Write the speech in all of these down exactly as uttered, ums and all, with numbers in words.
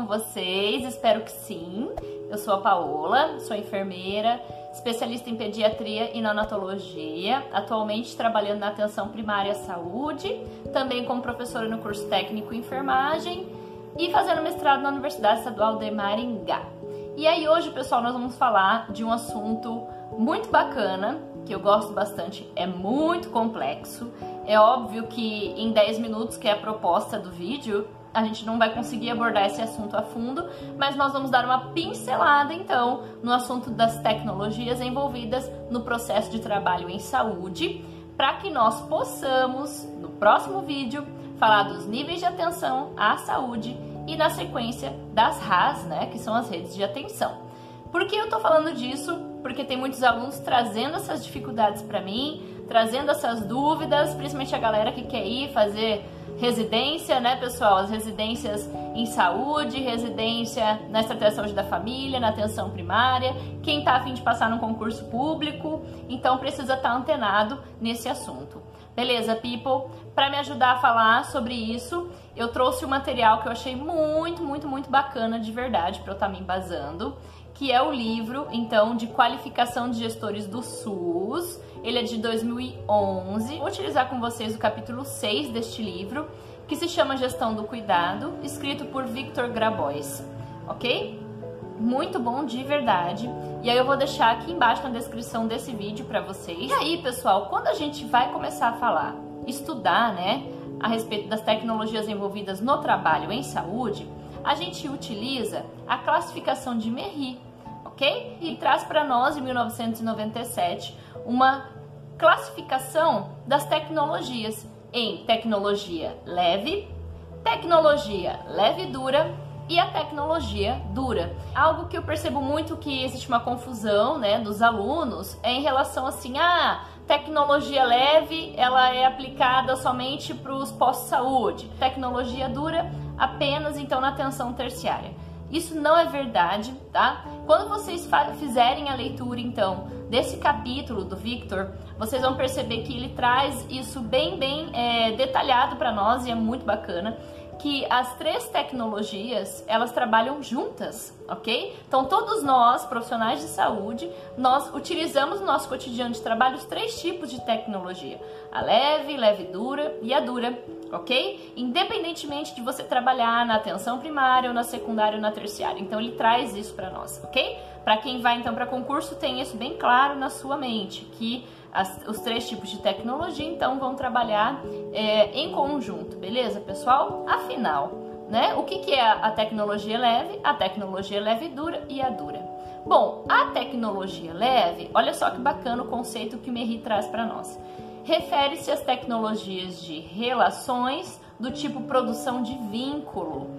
vocês? Espero que sim. Eu sou a Paola, sou enfermeira, especialista em pediatria e neonatologia, atualmente trabalhando na atenção primária à saúde, também como professora no curso técnico em enfermagem e fazendo mestrado na Universidade Estadual de Maringá. E aí hoje, pessoal, nós vamos falar de um assunto muito bacana, que eu gosto bastante, é muito complexo. É óbvio que em dez minutos, que é a proposta do vídeo, a gente não vai conseguir abordar esse assunto a fundo, mas nós vamos dar uma pincelada, então, no assunto das tecnologias envolvidas no processo de trabalho em saúde, para que nós possamos, no próximo vídeo, falar dos níveis de atenção à saúde e, na sequência, das R A S, né, que são as redes de atenção. Por que eu tô falando disso? Porque tem muitos alunos trazendo essas dificuldades para mim, trazendo essas dúvidas, principalmente a galera que quer ir fazer residência, né, pessoal? As residências em saúde, residência na estratégia de saúde da família, na atenção primária, quem tá a fim de passar num concurso público, então precisa estar antenado nesse assunto. Beleza, people? Para me ajudar a falar sobre isso, eu trouxe um material que eu achei muito, muito, muito bacana de verdade para eu estar me embasando, que é o livro, então, de qualificação de gestores do SUS. Ele é de dois mil e onze. Vou utilizar com vocês o capítulo seis deste livro, que se chama Gestão do Cuidado, escrito por Victor Grabois, ok? Muito bom de verdade. E aí eu vou deixar aqui embaixo na descrição desse vídeo para vocês. E aí, pessoal, quando a gente vai começar a falar, estudar, né, a respeito das tecnologias envolvidas no trabalho em saúde, a gente utiliza a classificação de Merri, ok? E traz para nós, em mil novecentos e noventa e sete, uma classificação das tecnologias em tecnologia leve, tecnologia leve e dura e a tecnologia dura. Algo que eu percebo muito que existe uma confusão, né, dos alunos é em relação assim, ah, tecnologia leve, ela é aplicada somente para os pós-saúde, tecnologia dura apenas então na atenção terciária. Isso não é verdade, tá? Quando vocês fizerem a leitura, então, desse capítulo do Victor, vocês vão perceber que ele traz isso bem, bem é, detalhado para nós e é muito bacana, que as três tecnologias, elas trabalham juntas, ok? Então, todos nós, profissionais de saúde, nós utilizamos no nosso cotidiano de trabalho os três tipos de tecnologia. A leve, leve dura e a dura, ok? Independentemente de você trabalhar na atenção primária ou na secundária ou na terciária. Então, ele traz isso para nós, ok? Para quem vai, então, para concurso, tem isso bem claro na sua mente, que As, os três tipos de tecnologia, então, vão trabalhar é, em conjunto, beleza, pessoal? Afinal, né, o que, que é a, a tecnologia leve, a tecnologia leve e dura e a dura? Bom, a tecnologia leve, olha só que bacana o conceito que o Merri traz para nós. Refere-se às tecnologias de relações do tipo produção de vínculo,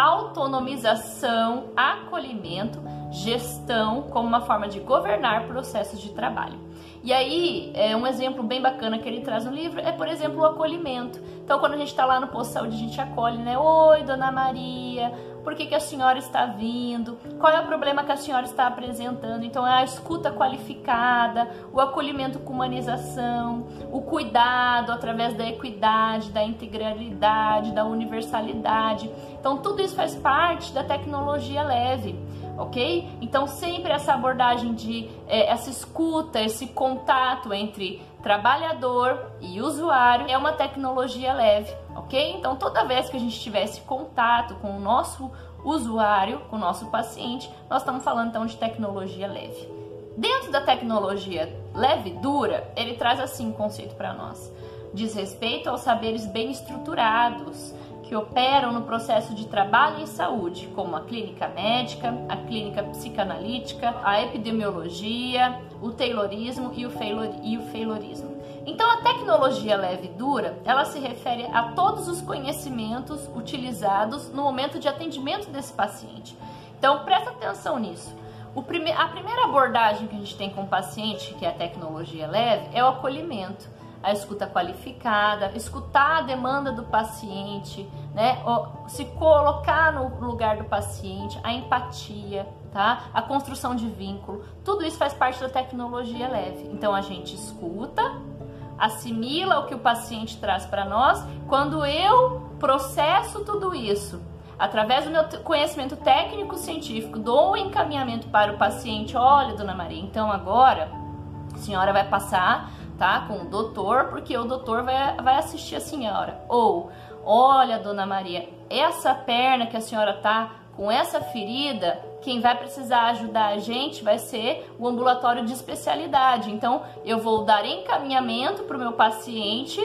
autonomização, acolhimento, gestão como uma forma de governar processos de trabalho. E aí, é um exemplo bem bacana que ele traz no livro é, por exemplo, o acolhimento. Então, quando a gente está lá no posto de saúde, a gente acolhe, né? Oi, dona Maria, por que que a senhora está vindo? Qual é o problema que a senhora está apresentando? Então, é a escuta qualificada, o acolhimento com humanização, o cuidado através da equidade, da integralidade, da universalidade. Então, tudo isso faz parte da tecnologia leve, ok? Então, sempre essa abordagem de é, essa escuta, esse contato entre trabalhador e usuário é uma tecnologia leve, ok? Então, toda vez que a gente tiver esse contato com o nosso usuário, com o nosso paciente, nós estamos falando, então, de tecnologia leve. Dentro da tecnologia leve e dura, ele traz, assim, um conceito para nós. Diz respeito aos saberes bem estruturados, que operam no processo de trabalho em saúde, como a clínica médica, a clínica psicanalítica, a epidemiologia, o taylorismo e o, failor, e o failorismo. Então, a tecnologia leve e dura, ela se refere a todos os conhecimentos utilizados no momento de atendimento desse paciente. Então, presta atenção nisso. O prime- a primeira abordagem que a gente tem com o paciente, que é a tecnologia leve, é o acolhimento. A escuta qualificada, escutar a demanda do paciente, né? Se colocar no lugar do paciente, a empatia, tá? A construção de vínculo, tudo isso faz parte da tecnologia leve. Então a gente escuta, assimila o que o paciente traz para nós. Quando eu processo tudo isso, através do meu conhecimento técnico-científico, dou o encaminhamento para o paciente. Olha, dona Maria, então agora a senhora vai passar, tá, com o doutor, porque o doutor vai, vai assistir a senhora. Ou, olha, dona Maria, essa perna que a senhora tá com essa ferida, quem vai precisar ajudar a gente vai ser o ambulatório de especialidade. Então, eu vou dar encaminhamento para o meu paciente,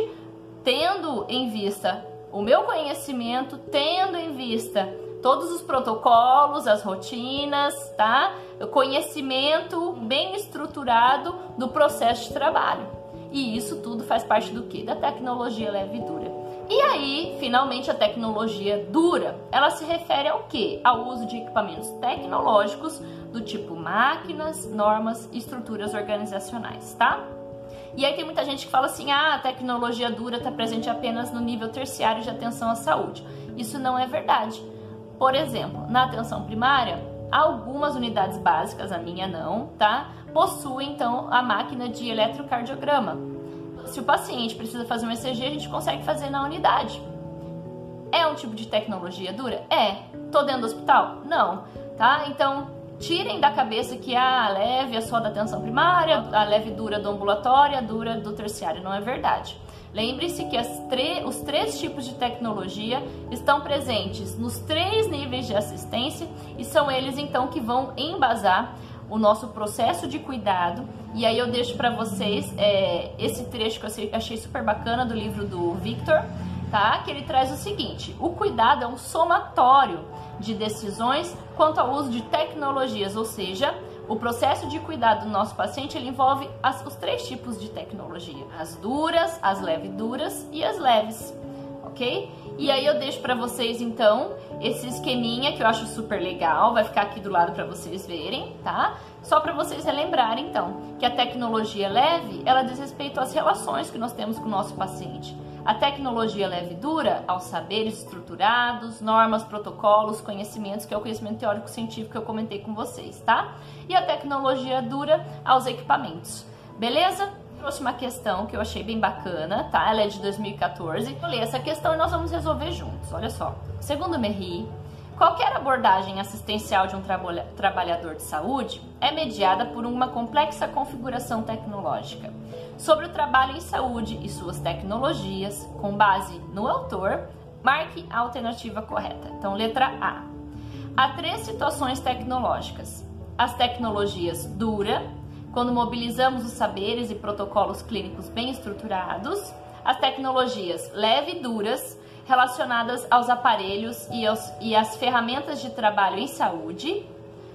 tendo em vista o meu conhecimento, tendo em vista todos os protocolos, as rotinas, tá? O conhecimento bem estruturado do processo de trabalho. E isso tudo faz parte do quê? Da tecnologia leve e dura. E aí, finalmente, a tecnologia dura, ela se refere ao quê? Ao uso de equipamentos tecnológicos do tipo máquinas, normas e estruturas organizacionais, tá? E aí tem muita gente que fala assim, ah, a tecnologia dura está presente apenas no nível terciário de atenção à saúde. Isso não é verdade. Por exemplo, na atenção primária, algumas unidades básicas, a minha não, tá? Possuem, então, a máquina de eletrocardiograma. Se o paciente precisa fazer um E C G, a gente consegue fazer na unidade. É um tipo de tecnologia dura? É. Tô dentro do hospital? Não. Tá? então tirem da cabeça que a leve é só da atenção primária, a leve dura do ambulatório, a dura do terciário. Não é verdade. Lembre-se que as os três tipos de tecnologia estão presentes nos três níveis de assistência e são eles então que vão embasar o nosso processo de cuidado. E aí eu deixo para vocês é, esse trecho que eu achei super bacana do livro do Victor, tá? Que ele traz o seguinte: o cuidado é um somatório de decisões quanto ao uso de tecnologias, ou seja, o processo de cuidado do nosso paciente ele envolve as, os três tipos de tecnologia: as duras, as leve duras e as leves, ok? E aí eu deixo para vocês então esse esqueminha que eu acho super legal, vai ficar aqui do lado para vocês verem, tá? Só para vocês relembrarem então que a tecnologia leve, ela diz respeito às relações que nós temos com o nosso paciente. A tecnologia leve dura aos saberes estruturados, normas, protocolos, conhecimentos, que é o conhecimento teórico-científico que eu comentei com vocês, tá? E a tecnologia dura aos equipamentos, beleza? Trouxe uma questão que eu achei bem bacana, tá? Ela é de dois mil e quatorze. Eu li essa questão e nós vamos resolver juntos, olha só. Segundo Merri, qualquer abordagem assistencial de um trabalha, trabalhador de saúde é mediada por uma complexa configuração tecnológica. Sobre o trabalho em saúde e suas tecnologias, com base no autor, marque a alternativa correta. Então, letra A. Há três situações tecnológicas. As tecnologias dura, quando mobilizamos os saberes e protocolos clínicos bem estruturados. As tecnologias leve e duras, relacionadas aos aparelhos e, aos, e às ferramentas de trabalho em saúde.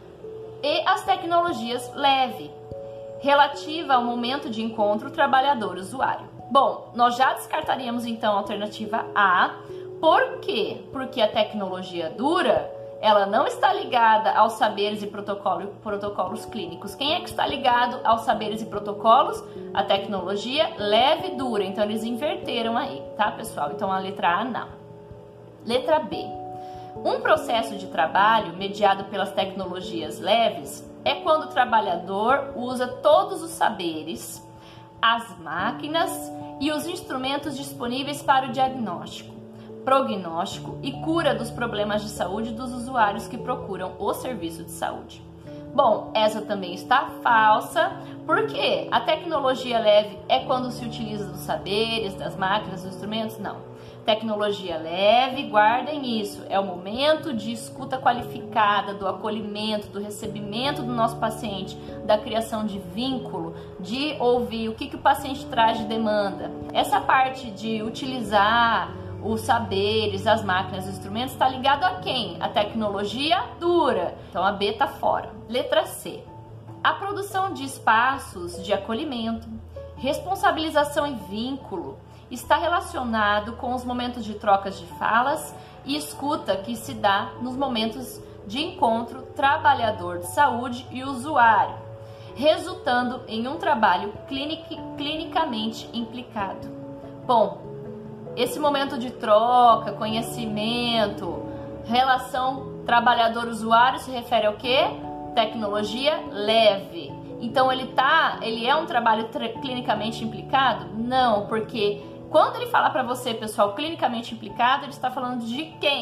E as tecnologias leve, relativa ao momento de encontro trabalhador-usuário. Bom, nós já descartaríamos então a alternativa A. Por quê? Porque a tecnologia dura, ela não está ligada aos saberes e protocolo, protocolos clínicos. Quem é que está ligado aos saberes e protocolos? A tecnologia leve e dura. Então, eles inverteram aí, tá, pessoal? Então, a letra A, não. Letra B. Um processo de trabalho mediado pelas tecnologias leves é quando o trabalhador usa todos os saberes, as máquinas e os instrumentos disponíveis para o diagnóstico, prognóstico e cura dos problemas de saúde dos usuários que procuram o serviço de saúde. Bom, essa também está falsa, porque a tecnologia leve é quando se utiliza dos saberes, das máquinas, dos instrumentos? Não. Tecnologia leve, guardem isso, é o momento de escuta qualificada, do acolhimento, do recebimento do nosso paciente, da criação de vínculo, de ouvir o que, que o paciente traz de demanda. Essa parte de utilizar os saberes, as máquinas, os instrumentos, está ligado a quem? A tecnologia dura. Então a B está fora. Letra C. A produção de espaços de acolhimento, responsabilização e vínculo está relacionado com os momentos de trocas de falas e escuta que se dá nos momentos de encontro trabalhador de saúde e usuário, resultando em um trabalho clinic, clinicamente implicado. Bom, esse momento de troca, conhecimento, relação trabalhador-usuário se refere ao quê? Tecnologia leve. Então ele tá, ele é um trabalho clinicamente implicado? Não, porque quando ele fala para você, pessoal, clinicamente implicado, ele está falando de quem?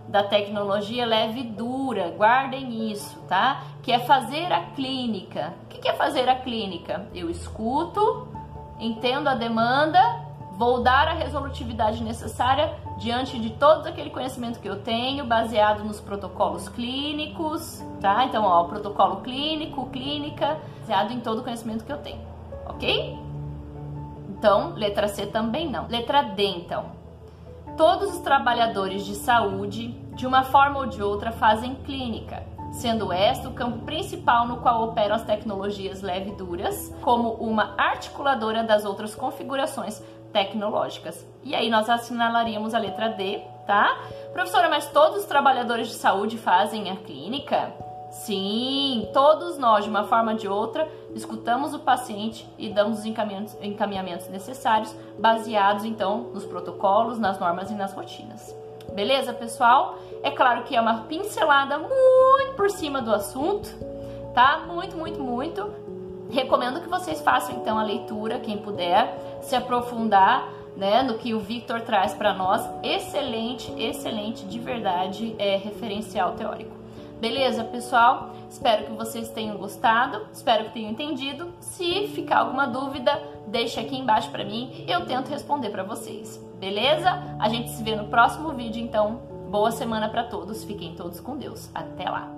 da tecnologia leve e dura, guardem isso, tá? Que é fazer a clínica. O que é fazer a clínica? Eu escuto, entendo a demanda, vou dar a resolutividade necessária diante de todo aquele conhecimento que eu tenho, baseado nos protocolos clínicos, tá? Então, ó, o protocolo clínico, clínica, baseado em todo o conhecimento que eu tenho, ok? Então, letra C também não. Letra D, então. Todos os trabalhadores de saúde, de uma forma ou de outra, fazem clínica, sendo esta o campo principal no qual operam as tecnologias leve e duras, como uma articuladora das outras configurações tecnológicas. E aí nós assinalaríamos a letra D, tá? Professora, mas todos os trabalhadores de saúde fazem a clínica? Sim, todos nós, de uma forma ou de outra, escutamos o paciente e damos os encaminhamentos, encaminhamentos necessários, baseados, então, nos protocolos, nas normas e nas rotinas. Beleza, pessoal? É claro que é uma pincelada muito por cima do assunto, tá? Muito, muito, muito. Recomendo que vocês façam, então, a leitura, quem puder, se aprofundar, né, no que o Victor traz para nós. Excelente, excelente, de verdade, é referencial teórico. Beleza, pessoal? Espero que vocês tenham gostado, espero que tenham entendido. Se ficar alguma dúvida, deixa aqui embaixo para mim, eu tento responder para vocês. Beleza? A gente se vê no próximo vídeo, então. Boa semana para todos, fiquem todos com Deus. Até lá!